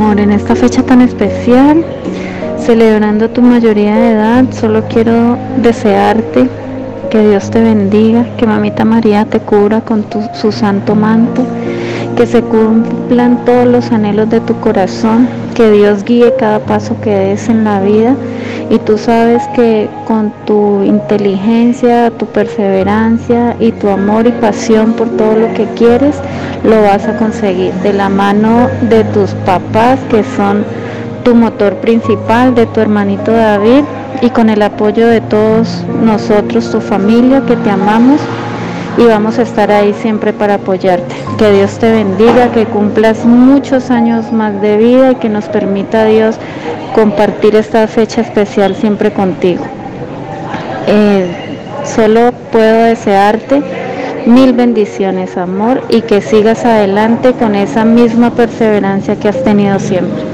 amor, en esta fecha tan especial, celebrando tu mayoría de edad, solo quiero desearte que Dios te bendiga, que Mamita María te cubra con su santo manto, que se cumplan todos los anhelos de tu corazón, que Dios guíe cada paso que des en la vida, y tú sabes que con tu inteligencia, tu perseverancia y tu amor y pasión por todo lo que quieres, lo vas a conseguir de la mano de tus papás, que son tu motor principal, de tu hermanito David, y con el apoyo de todos nosotros, tu familia, que te amamos y vamos a estar ahí siempre para apoyarte. Que Dios te bendiga, que cumplas muchos años más de vida y que nos permita Dios compartir esta fecha especial siempre contigo. Solo puedo desearte mil bendiciones, amor, y que sigas adelante con esa misma perseverancia que has tenido siempre.